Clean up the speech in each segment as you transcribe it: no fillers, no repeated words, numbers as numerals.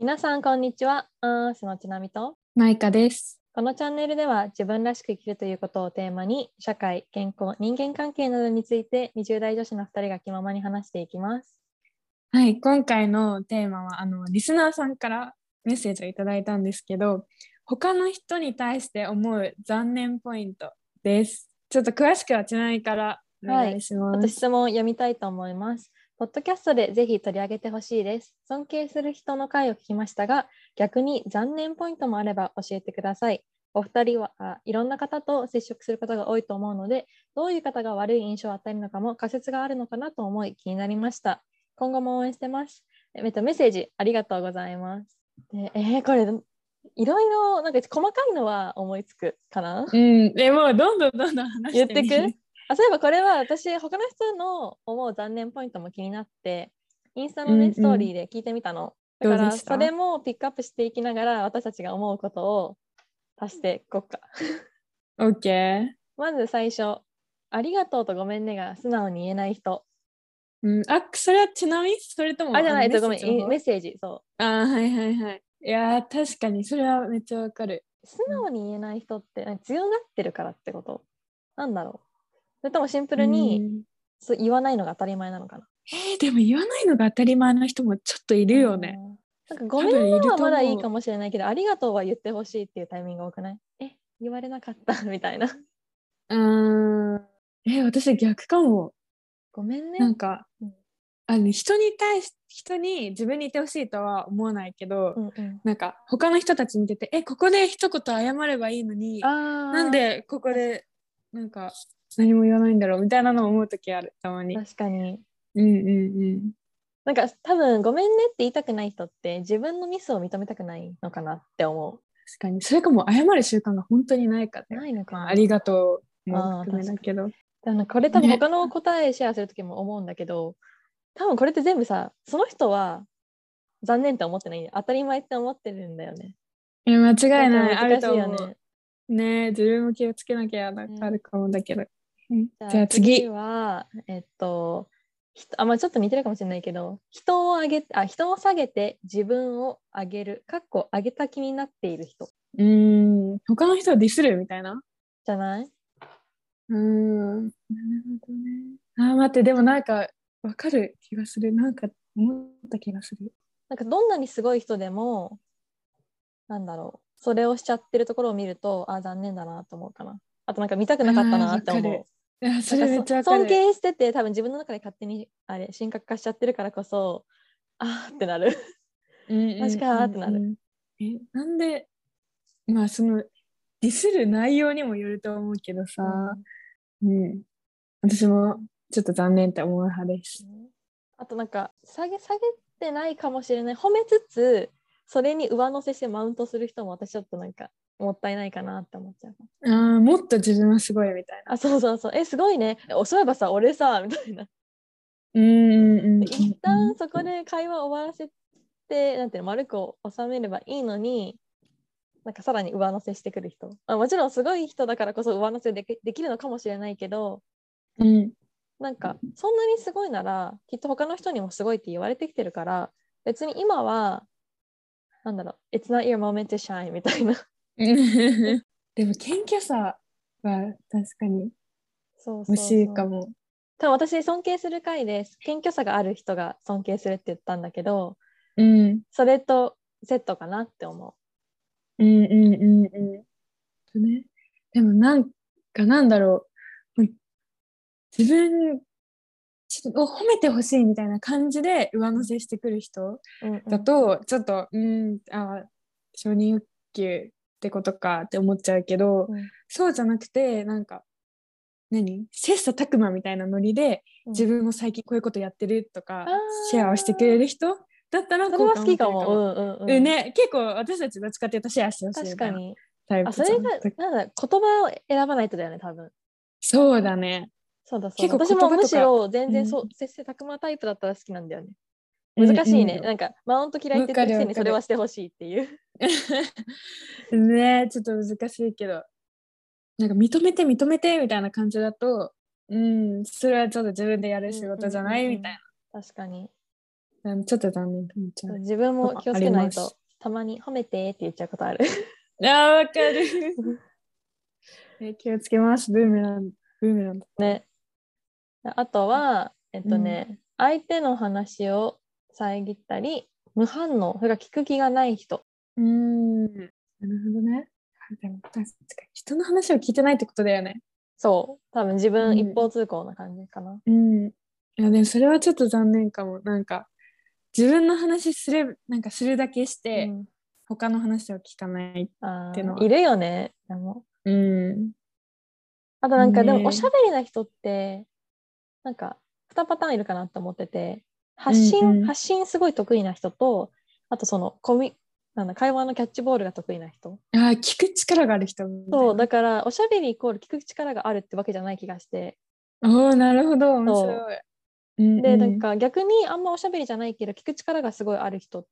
皆さんこんにちは。そのちなみとマイカです。 このチャンネルでは自分らしく生きるということをテーマに社会、健康、人間関係などについて20代女子の2人が気ままに話していきます。 はい、今回のテーマはリスナーさんからメッセージをいただいたんですけど、他の人に対して思う残念ポイントです。ちょっと詳しくはちなみからおはい。 願いしちょっとます。 質問を読みたいと思います。ポッドキャストでぜひ取り上げてほしいです。尊敬する人の回を聞きましたが、逆に残念ポイントもあれば教えてください。お二人はいろんな方と接触することが多いと思うので、どういう方が悪い印象を与えるのかも仮説があるのかなと思い気になりました。今後も応援してます。メッセージありがとうございます。これいろいろなんか細かいのは思いつくかな。 もうどんどん話言してみる。 ってくそういえばこれは私他の人の思う残念ポイントも気になってインスタのねストーリーで聞いてみたの。だどからそれうでした？ もピックアップしていきながら私たちが思うことを足していこうか。 OK。 まず最初、ありがとうとごめんねが素直に言えない人。 それはちなみそれともじゃないメッごめん、 セージの方？ メッセージ。 はいはいはい。いやー、確かにそれはめっちゃわかる。 素直に言えない人って強がってるからってこと？なんだろう。それともシンプルにそう言わないのが当たり前なのかな。 でも言わないのが当たり前の人もちょっといるよね。 なんかごめんね多分いるはまだいいと思う。 かもしれないけど、ありがとうは言ってほしいっていうタイミング多くない？言われなかったみたいな。 うーん。私逆かも。 ごめんね。 なんか、人に自分にいてほしいとは思わないけど、 うんうん。 なんか他の人たち見てて、ここで一言謝ればいいのに、なんあでここでなんか何も言わないんだろうみたいなのを思うときある、たまに。 確かに。 うん。 なんか多分ごめんねって言いたくない人って自分のミスを認めたくないのかなって思確かに。それかもう謝る習慣が本当にないかだう。 よね。 ないのかまあ、ありな。 がとうもああ、 含め確かに。 だけど。 これ多分ね。 他の答えシェアするときも思うんだけど、多分これって全部さ、その人は残念って思ってない。当たり前って思ってるんだよね。 間違いない。あるなんか難しいと思う。 よね。 ね、自分も気をつけなきゃなんかあるかもだけど。じゃじゃあ次あ次。 は、ちょっと似てるかもしれないけど、人を下げて自分を上げる、上げた気になっている人他の人をディスるみたいな。 じゃない？ なるほどね。待って、でもなんか、わかる気がする。なんか、思った気がする。 なんかどんなにすごい人でも、なんだろう、それをしちゃってるところを見ると、残念だなと思うかな。あとなんか見たくなかったなって思う。 わかる。それめっちゃわか尊る。 敬してて多分自分の中で勝手に神格化しちゃってるからこそ、ってなる。マジかーってなる。 なんで、まあ、ディスる内容にもよると思うけどさ、 うん。 私もちょっと残念って思う派です。 あとなんか下げてないかもしれない。褒めつつ、それに上乗せしてマウントする人も私ちょっとなんかもったいないかなって思っちゃう。 もっと自分はすごいみたいな。 そうそうそう。すごいね。そういえばさ、俺さ、みたいな。一旦そこで会話終わらせて、なんていうの、丸く収めればいいのに、なんかさらに上乗せしてくる人。もちろんすごい人だからこそ上乗せできるのかもしれないけど、なんかそんなにすごいならきっと他の人にもすごいって言われてきてるから別に今はなんだろう It's not your moment to shine みたいな。 でも謙虚さは確かにそう欲しそうそう。 いかも。 多分私尊敬する回で謙虚さがある人が尊敬するって言ったんだけど、 うん。 それとセットかなって思ね。でもなんだろう。自分を褒めてほしいみたいな感じで上乗せしてくる人う。うんうん。 だと、ちょっと、承認欲求ってことかって思っちゃうけど、 うんそうじゃなくて、なんか、切磋琢磨みたいなノリで、 うん。 自分も最近こういうことやってるとか、 あシェアをしてくれる人だったら好感をそれは好き持てるかも。 かも。うんうんうん。 ね、結構私たちどっちかっていうとシェアしてほしいみたいな確かに。 タイプそれがじゃん。 なんだ言葉を選ばないとだよね多分。 そうだね。 そうだそうだ。 結構私もむし言葉とか、 ろ全然うん、 そう、せっせたくまタイプだったら好きなんだよね。 うん難しいね。 うなんか、マウント嫌いっん。わかて言ってるくせるわかる。 にそれはしてほしいっていう。 ね、ちょっと難しいけど、なんか認めてみたいな感じだと、それはちょっと自分でやる仕うんう事じゃんうんうん。 ないみたい確かに。 ちょっと残念と思っちゃう。 自分も気をつけないと、 あります。 たまに褒めてって言っちゃうことある。 わかる。気をつけます。ブーメラン。ブーメランだ。 ね。あとは、相手の話を遮ったり、無反応、それから聞く気がない人。 なるほどね。でも確かに人の話を聞いてないってことだよね。 そう。多分自分一方通行な感じかな。 いや、でもそれはちょっと残念かも。なんか、自分の話なんかするだけして、他の話を聞かないっていうのは。 いるよね。でも。あとなんか、でもおしゃべりな人って、なんか、2パターンいるかなと思ってて、発信すごい得意な人と、あとその会話のキャッチボールが得意な人。 聞く力がある人。 そう、だからおしゃべりイコール聞く力があるってわけじゃない気がして。 なるほど、面白い。 で、なんか逆にあんまおしゃべりじゃないけど、聞く力がすごいある人って、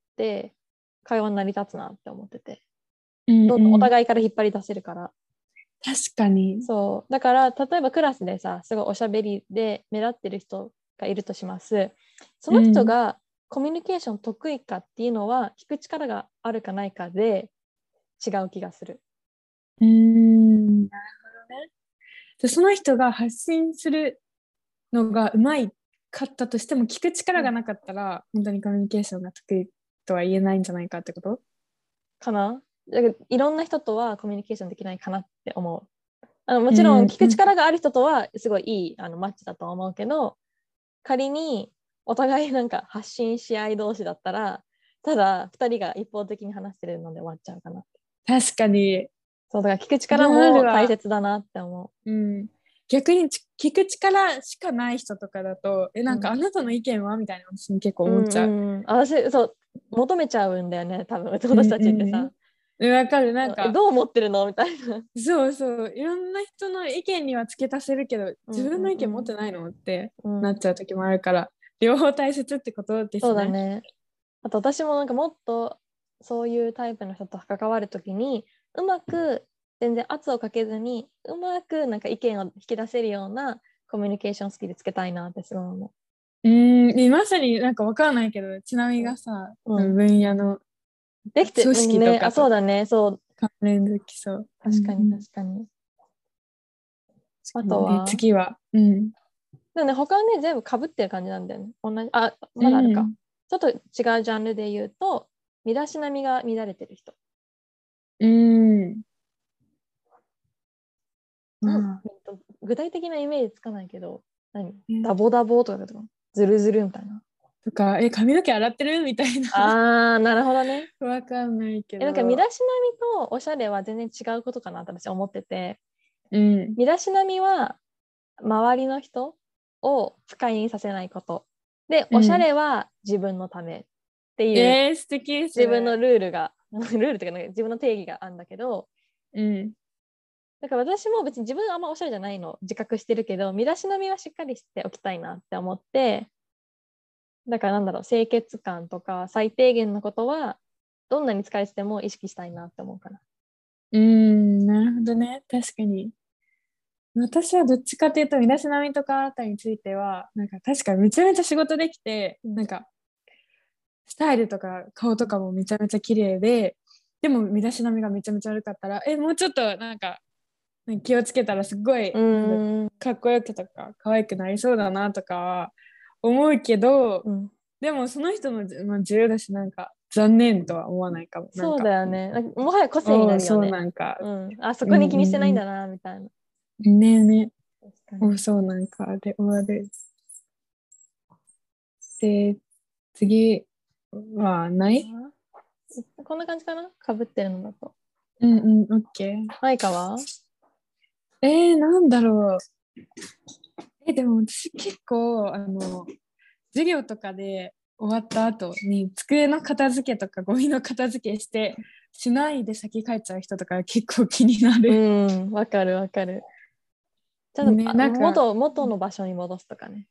会話に成り立つなって思ってて。お互いから引っ張り出せるから。 確かに。 そう。だから、例えばクラスでさ、すごいおしゃべりで目立ってる人がいるとします。その人がコミュニケーション得意かっていうのは、聞く力があるかないかで違う気がする。 なるほどね。その人が発信するのがうまいかったとしても、聞く力がなかったら、本当にコミュニケーションが得意とは言えないんじゃないかってことかな。だからいろんな人とはコミュニケーションできないかなって思う。もちろん聞く力がある人とはすごいいいマッチだと思うけど、仮にお互いなんか発信し合い同士だったら、ただ2人が一方的に話してるので終わっちゃうかな。 確かに。 そう、だから聞く力も大切だなって思う。逆に聞く力しかない人とかだと、なんかあなたの意見はみたいな私も結構思っちゃう。 私、そう、求めちゃうんだよね、多分私たちってさ。 わかる、なんか。 どう思ってるのみたいな。 そうそう、いろんな人の意見には付け足せるけど、自分の意見持ってないのってなっちゃう時もあるから、両方大切ってことですね。 そうだね。あと私もなんかもっとそういうタイプの人と関わるときに、うまく全然圧をかけずに、うまくなんか意見を引き出せるようなコミュニケーションスキルつけたいなってすごい思う。まさになんかわかんないけど、ちなみがさ、分野のできて組織とかそうだね、そう。 関連づきそう。 確かに確かに。あとは次は。 でもね、他はね、全部被ってる感じなんだよね。同じ、まだあるか。ちょっと違うジャンルで言うと、身だしなみが乱れてる人。具体的なイメージつかないけど、ダボダボとかズルズルみたいな。 とか、髪の毛洗ってるみたいな。 なるほどね。 わかんないけど。 なんか身だしなみとおしゃれは全然違うことかなと私は思ってて、身だしなみは周りの人を不快にさせないこと。で、おしゃれは自分のためっていう、 素敵自分のルールが、ルールというか、自分の定義があるんだけど、だから私も別に自分はあんまおしゃれじゃないの自覚してるけど、身だしなみはしっかりしておきたいなって思って、だから清潔感とか最低限のことはどんなに使い捨ても意識したいなって思うかな。 なるほどね。確かに。私はどっちかというと、身だしなみとかあたりについては、なんか確かめちゃめちゃ仕事できて、なんか、スタイルとか顔とかもめちゃめちゃ綺麗で、でも身だしなみがめちゃめちゃ悪かったら、もうちょっとなんか、気をつけたらすごいかっこよくとか可愛くなりそうだなとか思うけど、でもその人の自由だし、なんか残念とは思わないかも。 そうだよね。もはや個性になるよね。 そうなんか、 そこに気にしてないんだなみたいな。 ね。そうなんかで終わる。で、次はないこんな感じかな、かぶってるのだと。 オッケー。 マイカはなんだろう。でも私結構、授業とかで終わった後に机の片付けとかゴミの片付けしないで先帰っちゃう人とか結構気になる。 わかるわかる。ちょっと、元の場所に戻すとかね。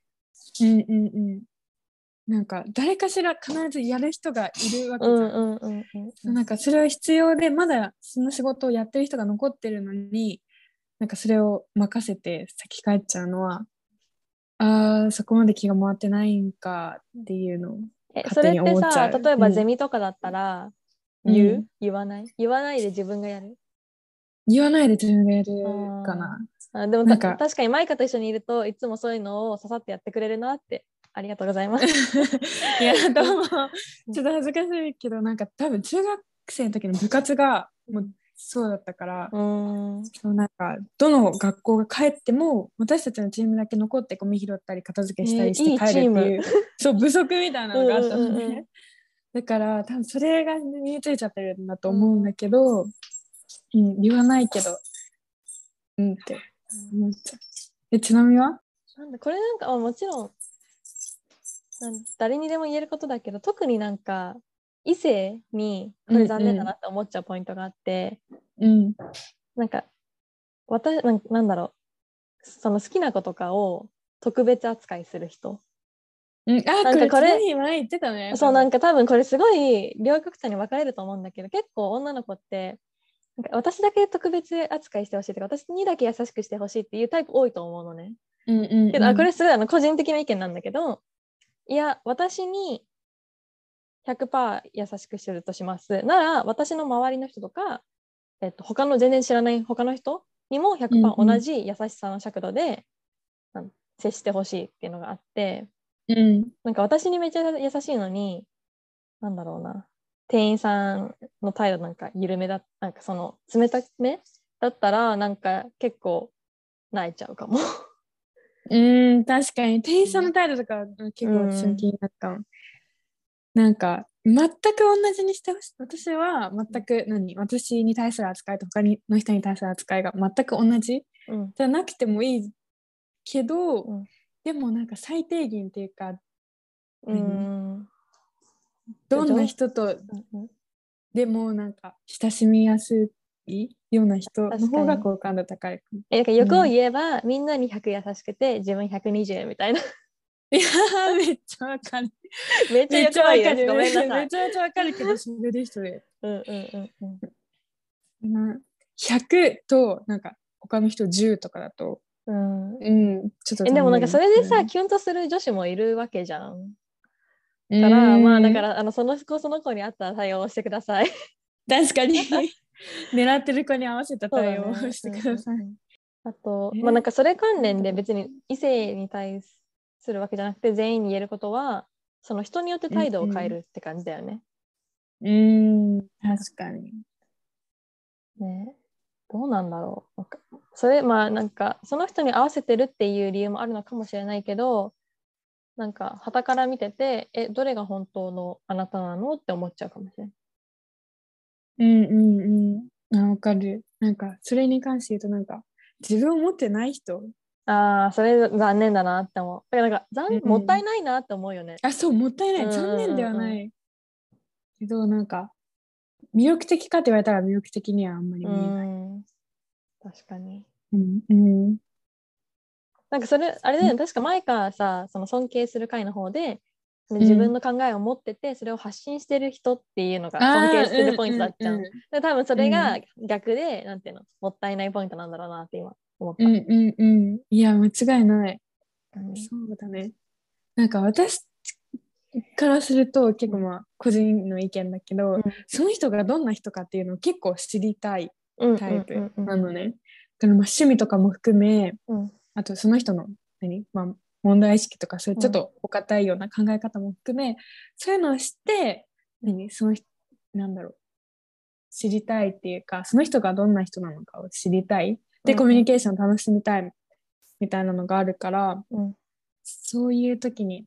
なんか誰かしら必ずやる人がいるわけじゃん。なんかそれは必要で、まだその仕事をやってる人が残ってるのに、なんかそれを任せて先帰っちゃうのは、そこまで気が回ってないんかっていうのをそれってさ、例えばゼミミとかだったら、言わないで自分がやる。 言わないで自分がやるかな。 でもなんか確かにマイカと一緒にいるといつもそういうのをささってやってくれるなって。ありがとうございます。 いやどうもちょっと恥ずかしいけど、なんか多分中学生の時の部活がもうそうだったから、そうなんかどの学校が帰っても私たちのチームだけ残ってゴミ拾ったり片付けしたりして帰るっていう、そう部則みたいなのがあったのね。だから多分それが身についちゃってるんだと思うんだけど、言わないけどって思っちゃう。ちなみにはなんだこれなんかもちろん誰にでも言えることだけど、特になんか異性にこれ残念だなって思っちゃうポイントがあって、なんかなんだろう、その好きな子とかを特別扱いする人。 なんかこれ前言ってたね。 そう、なんか多分これすごい両極端に分かれると思うんだけど、結構女の子ってなんか私だけ特別扱いしてほしいとか、私にだけ優しくしてほしいっていうタイプ多いと思うのね。けどこれすごい個人的な意見なんだけど、いや私に 100% 優しくするとしますなら、私の周りの人とか、他の全然知らない他の人にも 100% 同じ優しさの尺度で、接してほしいっていうのがあって、なんか私にめっちゃ優しいのに、なんだろうな、店員さんの態度なんか緩めだ、なんかその冷ためだったらなんか結構泣いちゃうかも。 確かに店員さんの態度とか結構私も気になったもん。なんか全く同じにしてほしい。私は全く私に対する扱いと他の人に対する扱いが全く同じ、じゃなくてもいいけど、でもなんか最低限っていうか、どんな人とでもなんか親しみやすいような人の方が好感度高い。 なんか欲を言えば、みんなに100優しくて自分120みたいな。 いやめっちゃわかる。 めっちゃ欲張りです。ごめんなさい。 めちゃめちゃわかるけど、それで人で。100となんか他の人10とかだと、ちょっとでもなんかそれでさ、キュンとする女子もいるわけじゃん。からまあだからその子に合った対応をしてください。 確かに狙ってる子に合わせた対応をしてください。 あと、まあなんかそれ関連で別に異性に対するわけじゃなくて全員に言えることは、その人によって態度を変えるって感じだよね。 確かに。 ね、どうなんだろう。なんかそれまあなんかその人に合わせてるっていう理由もあるのかもしれないけど、なんか傍から見ててどれが本当のあなたなのって思っちゃうかもしれない。 わかる。なんかそれに関して言うとなんか自分を持ってない人、 それ残念だなって思う。だからなんかもったいないなって思うよね。 そう、もったいない。残念ではない。けどなんか魅力的かって言われたら魅力的にはあんまり見えない。 確かに。なんかそれあれだよね、確か前からさ、その尊敬する会の方で自分の考えを持っててそれを発信してる人っていうのが尊敬してるポイントだっちゃう。で多分それが逆で、なんていうの、もったいないポイントなんだろうなって今思った。 いや間違いない。そうだね。なんか私からすると結構まあ個人の意見だけど、その人がどんな人かっていうのを結構知りたいタイプなのね。だからまあ趣味とかも含め、あとその人の問題意識とかそういうちょっとお堅いような考え方も含め、そういうのを知ってその人なんだろう、知りたいっていうか、その人がどんな人なのかを知りたいで、コミュニケーションを楽しみたいみたいなのがあるから、そういう時に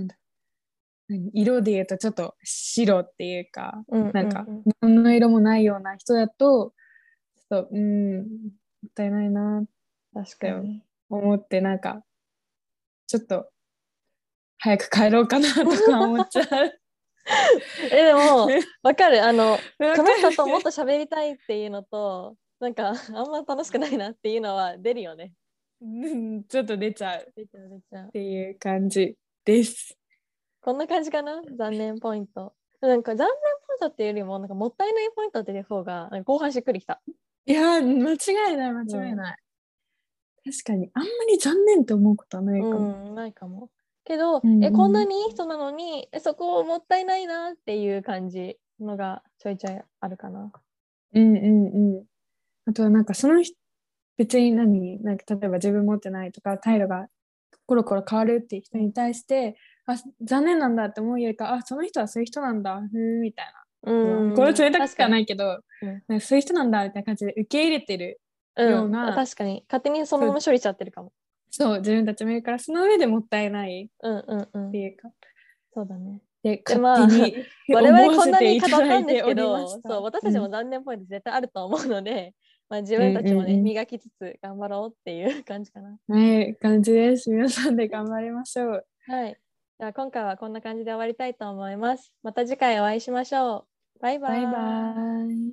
色で言うとちょっと白っていうか、なんか何の色もないような人だとちょっともったいないなって思って、なんかちょっと早く帰ろうかなとか思っちゃう。 でもわかる、この人ともっと喋りたいっていうのと、なんかあんま楽しくないなっていうのは出るよね。 ちょっと出ちゃうっていう感じです。 こんな感じかな、残念ポイント。なんか残念ポイントっていうよりもなんかもったいないポイントっていう方が後半しっくりきた。 いや間違いない確かにあんまり残念って思うことはないかも。 ないかも。 けど、 うんうん、 こんなにいい人なのにそこもったいないなっていう感じのがちょいちょいあるかな。 うんうんうん。あとはなんかその人、別になんか例えば自分持ってないとか態度がコロコロ変わるっていう人に対して、あ、残念なんだって思うよりか、あ、その人はそういう人なんだ、みたいな。これ冷たくはないけど、なんかそういう人なんだみたいな感じで受け入れてるような、 確かに勝手にそのまま処理しちゃってるかも。 そう、自分たちもいるから、その上でもったいないっていうか。 そうだね。 で、勝手に我々こんなに語ったんですけど、そう、私たちも残念ポイント絶対あると思うので、自分たちもね、磨きつつ頑張ろうっていう感じかな。 はい、感じです。皆さんで頑張りましょう。 はい。では今回はこんな感じで終わりたいと思います。また次回お会いしましょう。バイババイバーイ。 ーイ。